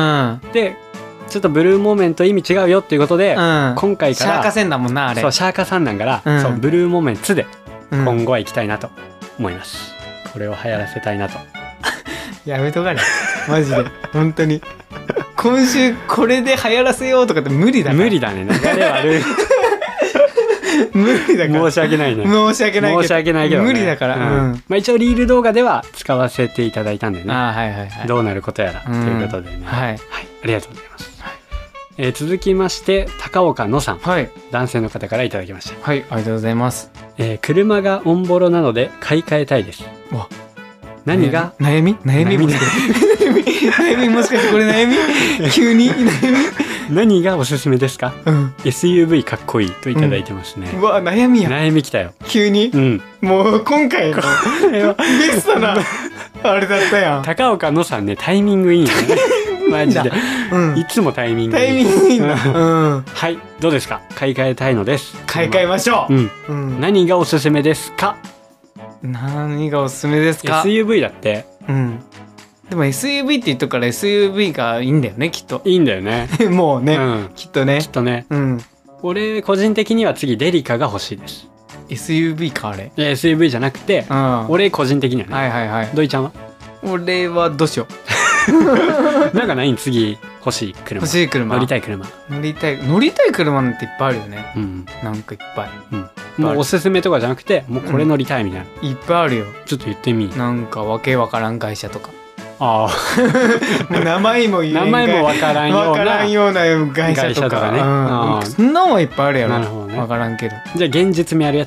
でちょっとブルーモーメント意味違うよっていうことで、うん、今回からシャーカ線だもんなあれ。 そうシャーカさんなんから、うん、そうブルーモーメントで今後は行きたいなと思います、うん、これを流行らせたいなとやめとかねマジで本当に今週これで流行らせようとかって無理だから。 無理だね、流れ悪い無理だから申し訳ないね。 申し訳ないけど申し訳ないけど、ね、 無理だから、うんうん、 まあ、一応リール動画では使わせていただいたんでね。 あ、はいはいはい、 どうなることやらということでね、うん、はい、はい、ありがとうございます、はい。えー、続きまして高岡野さん、はい、男性の方からいただきました。 はい、ありがとうございます。 えー、車がオンボロなので買い替えたいです。わ何が悩み悩み悩み悩みもしかしてこれ悩み急に悩み何がおすすめですか、うん、エスユーブイ かっこいいといただいてますね、 うん、うわ悩みや悩みきたよ急に、うん、もう今回のベストなあれだったやん。 高岡野さんねタイミングいいねマジで、うん、いつもタイミングいい。 タイミングいいんだ、うん、 はいどうですか。買い替えたいのです。 買い替えましょう、うんうん、何がおすすめですか。 何がおすすめですか。 エスユーブイ だって、 うん、でも エスユーブイ って言っとくから エスユーブイ がいいんだよねきっと。 いいんだよねもうね、うん、きっとねきっとね、うん、俺個人的には次デリカが欲しいです。 エスユーブイ かあれ。 いや エスユーブイ じゃなくて、うん、俺個人的にはね。 はいはいはい。 土井ちゃんは。 俺はどうしようなんかないん次欲しい車。 欲しい車。 乗りたい車。 乗りたい乗りたい車なんていっぱいあるよね、うん、なんかいっぱい、うん、 もうおすすめとかじゃなくてもうこれ乗りたいみたいな、 うん、いっぱいあるよ。 ちょっと言ってみ。 なんかわけわからん会社とか。 ああ名前も言えん名前もわからんようなわからんような会社とか、 会社とかね、 うん、そんなんはいっぱいあるやろ。 なるほどね。 わからんけど。 じゃあ現実味あるやつは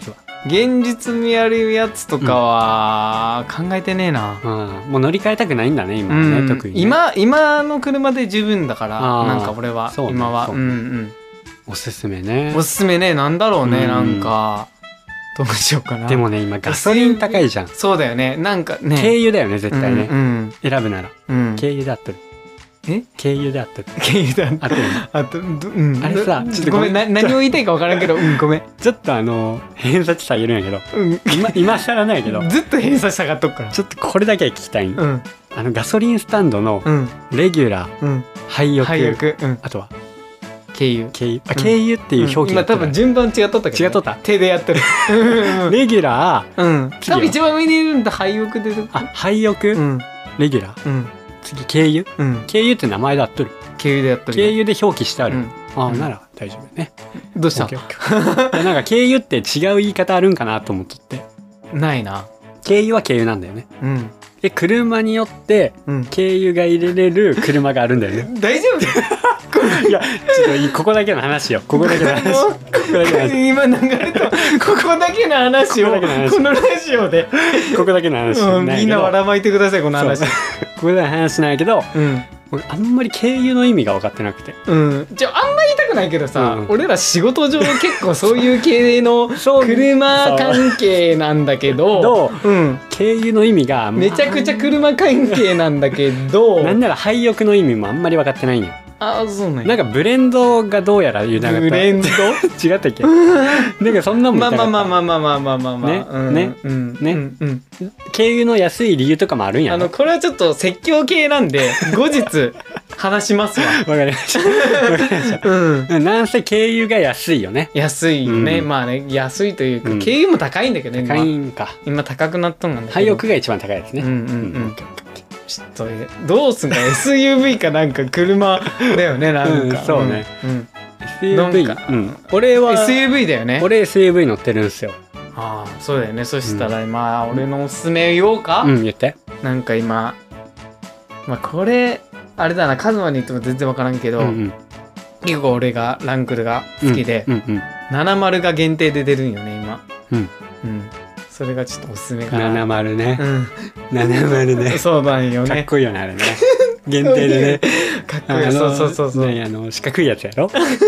現実味あるやつとかは考えてねえな、 うん、もう乗り換えたくないんだね今はね、うん、特にね今今の車で十分だからなんか俺は、ね、今は、ね、うんうん、 おすすめねおすすめねなんだろうね、うん、なんかどうしようかな。 でもね今ガソリン高いじゃん。 そうだよねなんかね軽油だよね絶対ね、うんうん、選ぶなら、 うん、 軽油であっとるえ軽油であっとる軽油であっとるあと、うん、あれさちょっとごめんな何を言いたいか分からんけどうんごめんちょっとあの偏差値下げるんやけど、うん、今今更ないけどずっと偏差値下がっとくからちょっとこれだけは聞きたいん、 うん、 あのガソリンスタンドのレギュラー、うん、廃油、 廃油、うん、 あとは軽油軽油あ軽油っていう表記、 今多分順番違っとったけど、ね、 違っとった手でやってるレギュラー、うん、多分一番上にいるんだ廃油であ廃油、うん、レギュラー、うん、次軽油、うん、軽油って名前であっとる軽油でやっとる軽油で表記してある、うん、ああ、うん、なら大丈夫ねどうしたなんか軽油って違う言い方あるんかなと思っとってないな軽油は軽油なんだよね、 うんで車によって軽油が入れれる車があるんだよね、 うん、大丈夫いやちょっとここだけの話よここだけの話ここだけの話今流れたここだけの話をこのラジオでここだけの話、 うん、みんな笑まいてくださいこの話ここだけの話なんやけど、 うん俺あんまり軽油の意味が分かってなくて、 うん、じゃああんまり言いたくないけどさ、うん、俺ら仕事上結構そういう系の車関係なんだけどう、うん、軽油の意味がめちゃくちゃ車関係なんだけどなんなら廃油の意味もあんまり分かってないんよ。 あ、そうね。 なんかブレンドがどうやら言うなかった。 ブレンド違ったっけ？なんかそんなもん言ったかった。 まあまあまあまあまあまあまあまあね、 うん、 ね、 うん、 ね、 うんうん、 軽油の安い理由とかもあるんやろ。 あのこれはちょっと説教系なんで後日話しますわ。 わかりました。わかりました。うん。なんせ軽油が安いよね。 安いよね。うん、まあね安いというか、うん、軽油も高いんだけどね。 高いんか。 今高くなっとんなんだけど。 廃油が一番高いですね。 うんうんうん。うんちょっとどうすんか エスユーブイ かなんか車だよねなんか、 うん、そうね、 うんうん、 エスユーブイ、うん、俺はエスユーブイ だよね。 俺 エスユーブイ 乗ってるんですよ。 ああそうだよね。そしたらまあ、うん、俺のおすすめ言おうか。 うん言って。なんか今まあこれあれだなカズマに言っても全然分からんけど、うんうん、結構俺がランクルが好きで、うんうんうん、ななじゅうが限定で出るんよね今。 うんうんそれがちょっとおすすめかな。 ななじゅうね、うん、ななじゅうねそうなんよね。 かっこいいよねあれね限定でねかっこいい。そうそうそうそう、 ね、あの四角いやつやろ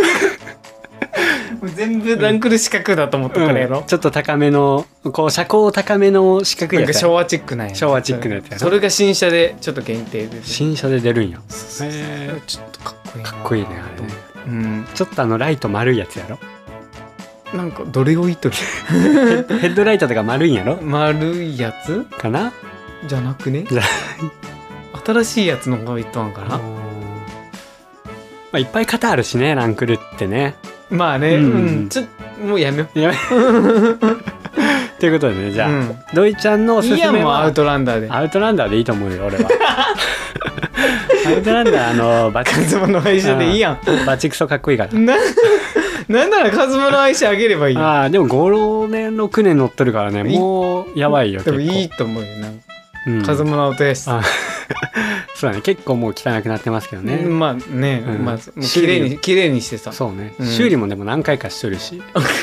全部ランクル四角だと思ってくれやろ、 うん、ちょっと高めのこう車高高めの四角いやつ。 なんか昭和チックなんや。 昭和チックなやつやろ。 それが新車でちょっと限定で新車で出るんよ。 へえちょっとかっこいいな。 かっこいいねあれね、 うん、 ちょっとあのライト丸いやつやろ。 なんかどれを言っとるヘッドライトとか丸いんやろ。 丸いやつかなじゃなくね。新しいやつの方が言っとんかな。まあいっぱい型あるしねランクルってね。 まあね、うんうん、ちょもうやめようやめということでねじゃあ、うん、土井ちゃんのおすすめは。 いいやんもうアウトランダーで。 アウトランダーでいいと思うよ俺はアウトランダーあのバチカズマの愛車でいいやん。 バチクソかっこいいからななんならカズマの愛車あげればいい。 ああでもごねんろくねん乗ってるからねもうやばいよ。 でもいいと思うよな、うん、カズマの音やし。 そうだね結構もう汚くなってますけどね。 まあね、うん、まあ綺麗に綺麗にしてさ。 そうね、うん、修理もでも何回かしとるし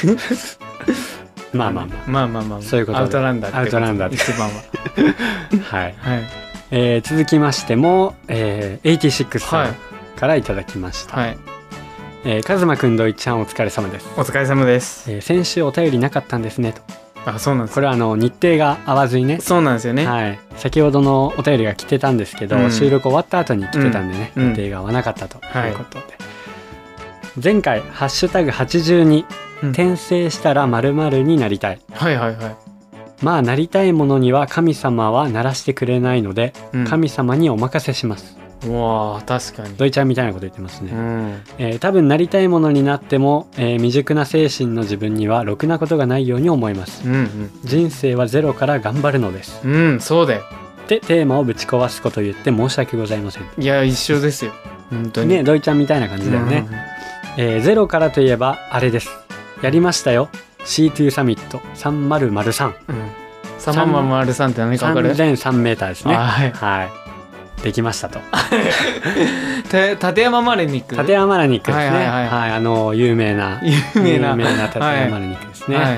まあまあまあまあまあまあそういうことでアウトランダーってアウトランダー一番ははい、 はいえー、続きましても、えー、エイティシックスさんからいただきました。 はい、 えー、カズマくん土井ちゃんお疲れ様です。 お疲れ様です、 えー、先週お便りなかったんですねと。 あそうなんです。 これはあの日程が合わずにね。 そうなんですよね、 はい、先ほどのお便りが来てたんですけど、うん、収録終わった後に来てたんでね、うん、日程が合わなかったということで、はい、前回ハッシュタグはちじゅうに、うん、転生したら〇〇になりたい。 はいはいはい。 まあなりたいものには神様はならしてくれないので、うん、神様にお任せします。 うわ確かに土井ちゃんみたいなこと言ってますね、 うんえー、多分なりたいものになっても、えー、未熟な精神の自分にはろくなことがないように思います、 うんうん、 人生はゼロから頑張るのです。 うんそうだよってテーマをぶち壊すことを言って申し訳ございません。 いや一緒ですよ本当にね。土井ちゃんみたいな感じだよね、うんえー、ゼロからといえばあれです。やりましたよ シーツー サミットさんまるまるさん、うん、 さんまるまるさんって何か分かる？ さんぜんさんメーターですね。 はい、 はいできましたと立山マレニック立山マレニックですね。 はいはいはい、 はい、あの有名な有名な有名な立山マレニックですね、はいはい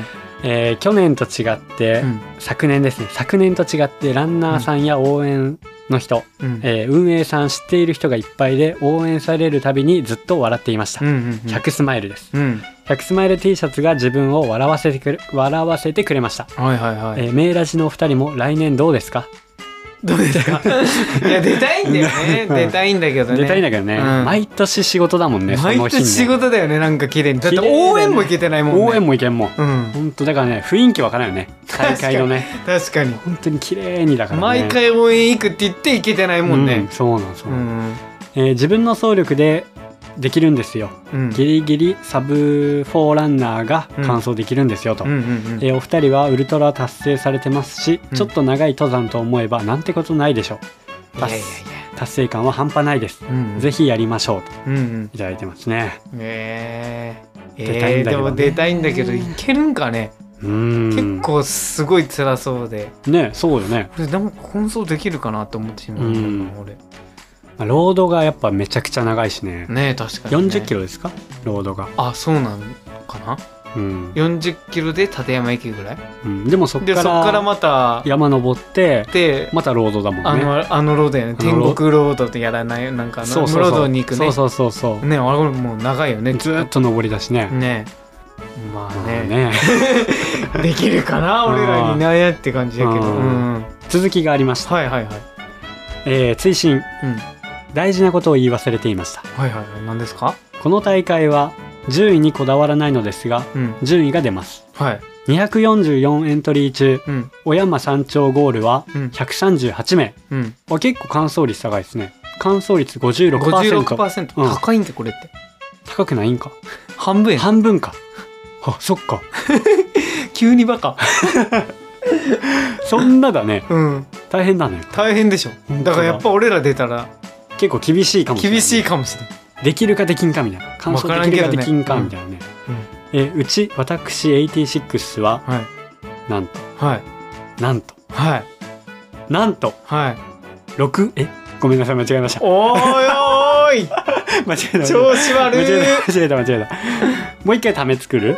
えー、去年と違って、うん、昨年ですね昨年と違ってランナーさんや応援の人、うんえー、運営さん知っている人がいっぱいで応援されるたびにずっと笑っていました、うんうんうん、ひゃくスマイルです、うん、ひゃくスマイル T シャツが自分を笑わせてくれ、笑わせてくれました、はいはいはいえー、メイラジのお二人も来年どうですか？ どうですか？いや出たいんだよね出たいんだけどね出たいんだけどね、うん、毎年仕事だもんね毎年仕事だよねなんか綺麗にだって応援も行けてないもんね応援も行けんもん、うん、本当だからね雰囲気わからんよね大会のね確かに本当に綺麗にだからね毎回応援行くって言って行けてないもんね、うん、 そうなんそうなん、うんえー、自分の総力でできるんですよ、うん、ギリギリサブフォーランナーが完走できるんですよと、うんうんうんうんえー、お二人はウルトラ達成されてますし、うん、ちょっと長い登山と思えばなんてことないでしょう。いやいやいや達成感は半端ないです、うんうん、ぜひやりましょうと、うんうん、いただいてますね。 えー、出たいんだけどね、えー、でも出たいんだけどいけるんかね。うん結構すごい辛そうでねそうよね。 俺でも混走できるかなって思ってしまう、うん、俺ロードがやっぱめちゃくちゃ長いしね。 ね確かに、ね、 よんじゅっキロですかロードが。 あそうなんかな、うん、よんじゅっキロで立山駅ぐらい、 うん、でもそっからでそっからまた山登ってでまたロードだもんね。 あのあのロードやね天国ロードってやらないなんかのロードに行くね。 そうそうそうそうねあれもう長いよねずっと登りだしね。 ねまあね、まあ、ねできるかな俺らに悩って感じやけど、うん、 続きがありました。 はいはいはい、 えー、追伸、うん大事なことを言い忘れていました。 はいはいはい、何ですか？ この大会は順位にこだわらないのですが、うん、順位が出ます。はい。にひゃくよんじゅうよんエントリー中、うん、小山山頂ゴールはひゃくさんじゅうはちめい。うん、結構完走率高いですね。完走率 ごじゅうろくパーセント。 ごじゅうろくパーセント、うん、高いんでこれって。 高くないんか。 半分や。 半分か。あ、そっか。 急にバカ。 そんなだね。うん。大変だね。 大変でしょ。だからやっぱ俺ら出たら。 結構厳しいかもしれない。 厳しいかもしれない。 できるかできんかみたいな。完走できるかできんかみたいなね。うん、えうち私はちじゅうろくは、はい、なんと、はい、なんと、はい、なんと、はい、ろくえごめんなさい間違えました。 おーいおーい間違えた。 調子悪い。 間違えた間違えた間違えた。もう一回ため作る。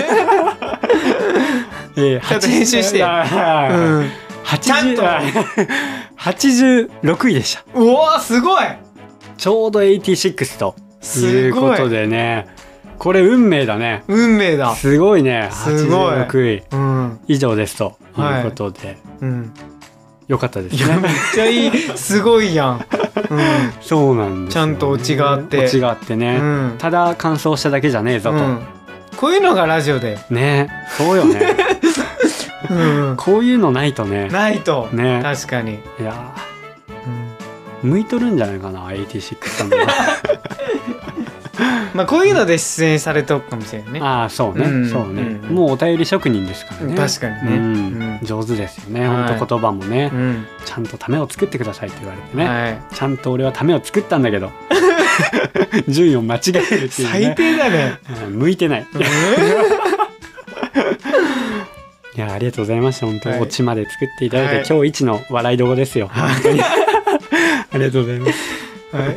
えー、ちょっと編集して。うん。 はちじゅうはちじゅうろくいでした。 うわすごい。 ちょうどはちじゅうろくということでね、これ運命だね。 運命だ。 すごいね。はちじゅうろくい以上ですということで、はいうん、よかったですね。 いやめっちゃいい。すごいやん。うん、 そうなんです、ね。 ちゃんとオチがあって。 オチがあってね。うん、ただ完走しただけじゃねえぞと、うん。 こういうのがラジオで。 ね、そうよね。うん、こういうのないとね。 ないと。ね。確かに。 いや、うん、向いとるんじゃないかな、はちじゅうろくさんの。 まあこういうので出演されとくかもしれないね。 ああそうね、うん、そうね、うん、もうお便り職人ですからね。 確かにね、 うんうん、上手ですよね。本当言葉もね、うん、ちゃんとためを作ってくださいって言われてね、はい、ちゃんと俺はためを作ったんだけど順位を間違えるっていうね。 最低だね、 うん、向いてない。いやありがとうございました。本当にオチまで作っていただいて、はい、今日一の笑いどこですよ。本当にありがとうございます。はい。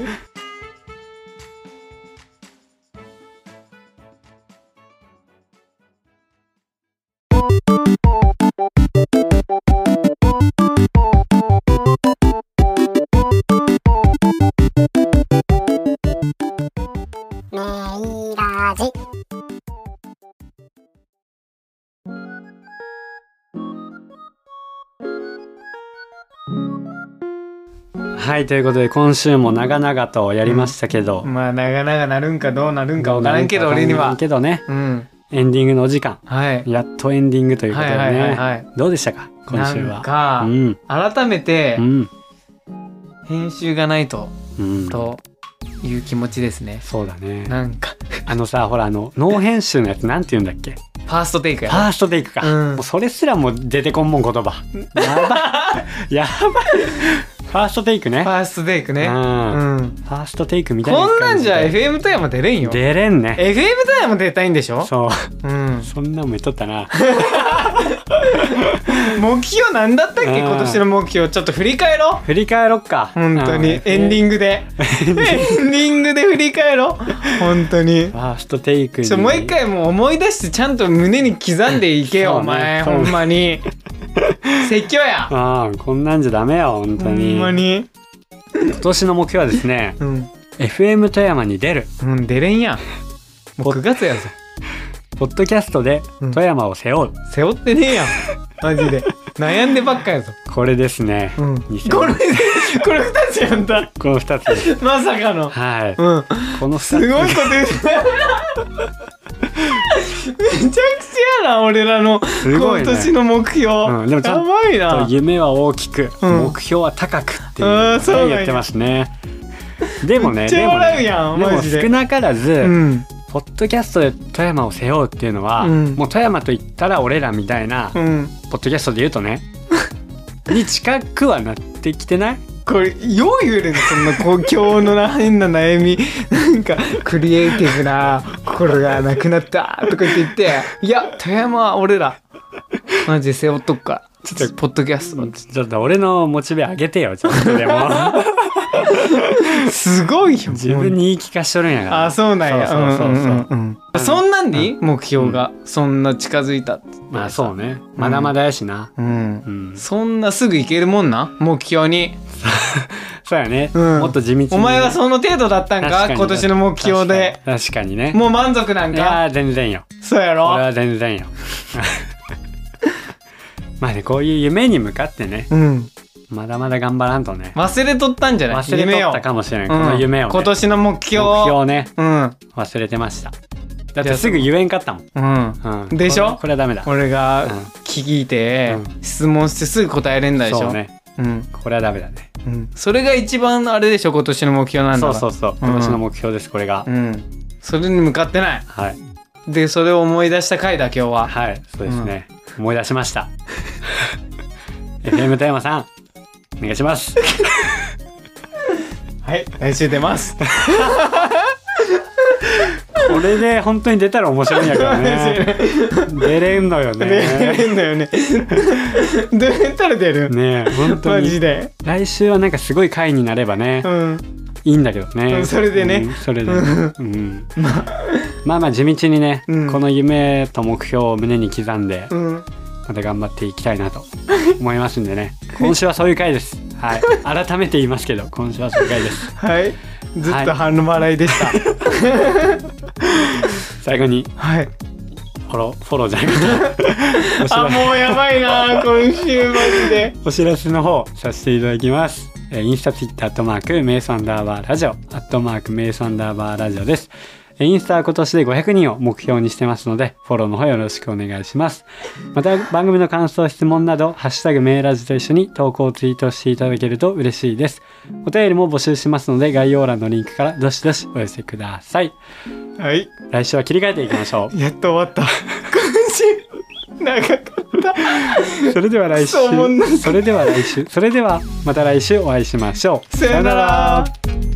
はいということで今週も長々とやりましたけど、 うん、まあ長々なるんかどうなるんか分からんけど俺にはけどね、うん、エンディングのお時間、はい、やっとエンディングということでね、はいはいはいはい、どうでしたか今週は。 なんか、うん、改めて、うん、編集がないと、うん、という気持ちですね。 そうだね。 なんかあのさほらあのノー編集のやつなんて言うんだっけ。 ファーストテイクやファーストテイクか、うん、もうそれすらも出てこんもん言葉。やばいやばい。ファーストテイクね。 ファーストテイクね。うん。ファーストテイクみたいなこんなんじゃ エフエム 富山出れんよ。 出れんね。 エフエム 富山出たいんでしょ。 そう。うん。 ん、そんなんも言っとったな。 目標なんだったっけ、今年の目標。ちょっと振り返ろう。 振り返ろっか。 本当にエンディングでエンディングで振り返ろう。本当にファーストテイクにちょもう一回もう思い出してちゃんと胸に刻んでいけよ、ね、お前ほんまに説教や。 ああこんなんじゃダメよ本当に。 ほんまに今年の目標はですね、うん、エフエム 富山に出る。 うん出れんやん。もうくがつやぞ。 ポッドキャストで富山を背負う、うん、 背負ってねえやんマジで悩んでばっかやぞ。 これですね、うん、 これこれふたつやんだ。 このふたつですまさかの。 はい、 うん、 このふたつすごいこと言うめちゃくちゃやな俺らの今年の目標、ねうん、でもちゃんと夢は大きく、うん、目標は高くっていう、ね、言ってますね。でもねでもねでも少なからず、うんポッドキャストで富山を背負うっていうのは、うん、もう富山と言ったら俺らみたいな、うん、ポッドキャストで言うとねに近くはなってきてない？ これよう言えるのそんなこ今日のな変な悩みなんかクリエイティブな心がなくなったとか言って言っていや富山は俺らマジで背負っとくかちょっとポッドキャストちょっと俺のモチベ上げてよちょっとでもすごいよ自分に言い聞かしとるんやから。 あそうなんや。そうそうそうそう、うんうんうん、そんなんでいい、うん、目標が、うん、そんな近づいたってまあそうねまだまだやしな、 うんうんうん、そんなすぐいけるもんな目標にそうやね、うん、もっと地道に、ね、 お前はその程度だったんか今年の目標で。 確かに、確かにねもう満足なんか。 いや全然よ。 そうやろ。 俺は全然よまあねこういう夢に向かってね、うんまだまだ頑張らんとね。 忘れとったんじゃない？ 忘れとったかもしれない、この夢をね、 今年の目標目標ね、うん、忘れてました。だってすぐ言えんかったもん、 うんうん、でしょ。 これはダメだ。 俺が聞いて、うん、質問してすぐ答えれんだでしょ。 そうね、うん、これはダメだね、 うん、それが一番あれでしょ今年の目標なんだから。 そうそうそう今年の目標ですこれが、うん、 それに向かってない。 はいでそれを思い出した回だ今日は。 はいそうですね、うん、思い出しましたエフエム 富山さんお願いしますはい来週出ますこれで本当に出たら面白いんやからね出れんのよね。 出れんのよね出れたら出るねえ本当にマジで。 来週はなんかすごい回になればね、うん、いいんだけどね、 うん、それでね、 うん、それで、うんまあまあ地道にね、うん、この夢と目標を胸に刻んで、うんまた頑張っていきたいなと思いますんでね今週はそういう回です、はい、改めて言いますけど今週はそういう回ですはいずっと半笑いでした、はい、 最後に、 はい、 フォローフォローじゃなくてあもうやばいな今週マジでお知らせの方させていただきます。インスタツイッターアットマークメイソアンダーバーラジオアットマークメイソアンダーバーラジオです。インスタは今年でごひゃくにんを目標にしてますのでフォローの方よろしくお願いします。また番組の感想質問などハッシュタグメイラジと一緒に投稿ツイートしていただけると嬉しいです。お便りも募集しますので概要欄のリンクからどしどしお寄せください。 はい、 来週は切り替えていきましょう。やっと終わった今週長かったそれでは来週それでは来週それではまた来週お会いしましょう。 さよなら。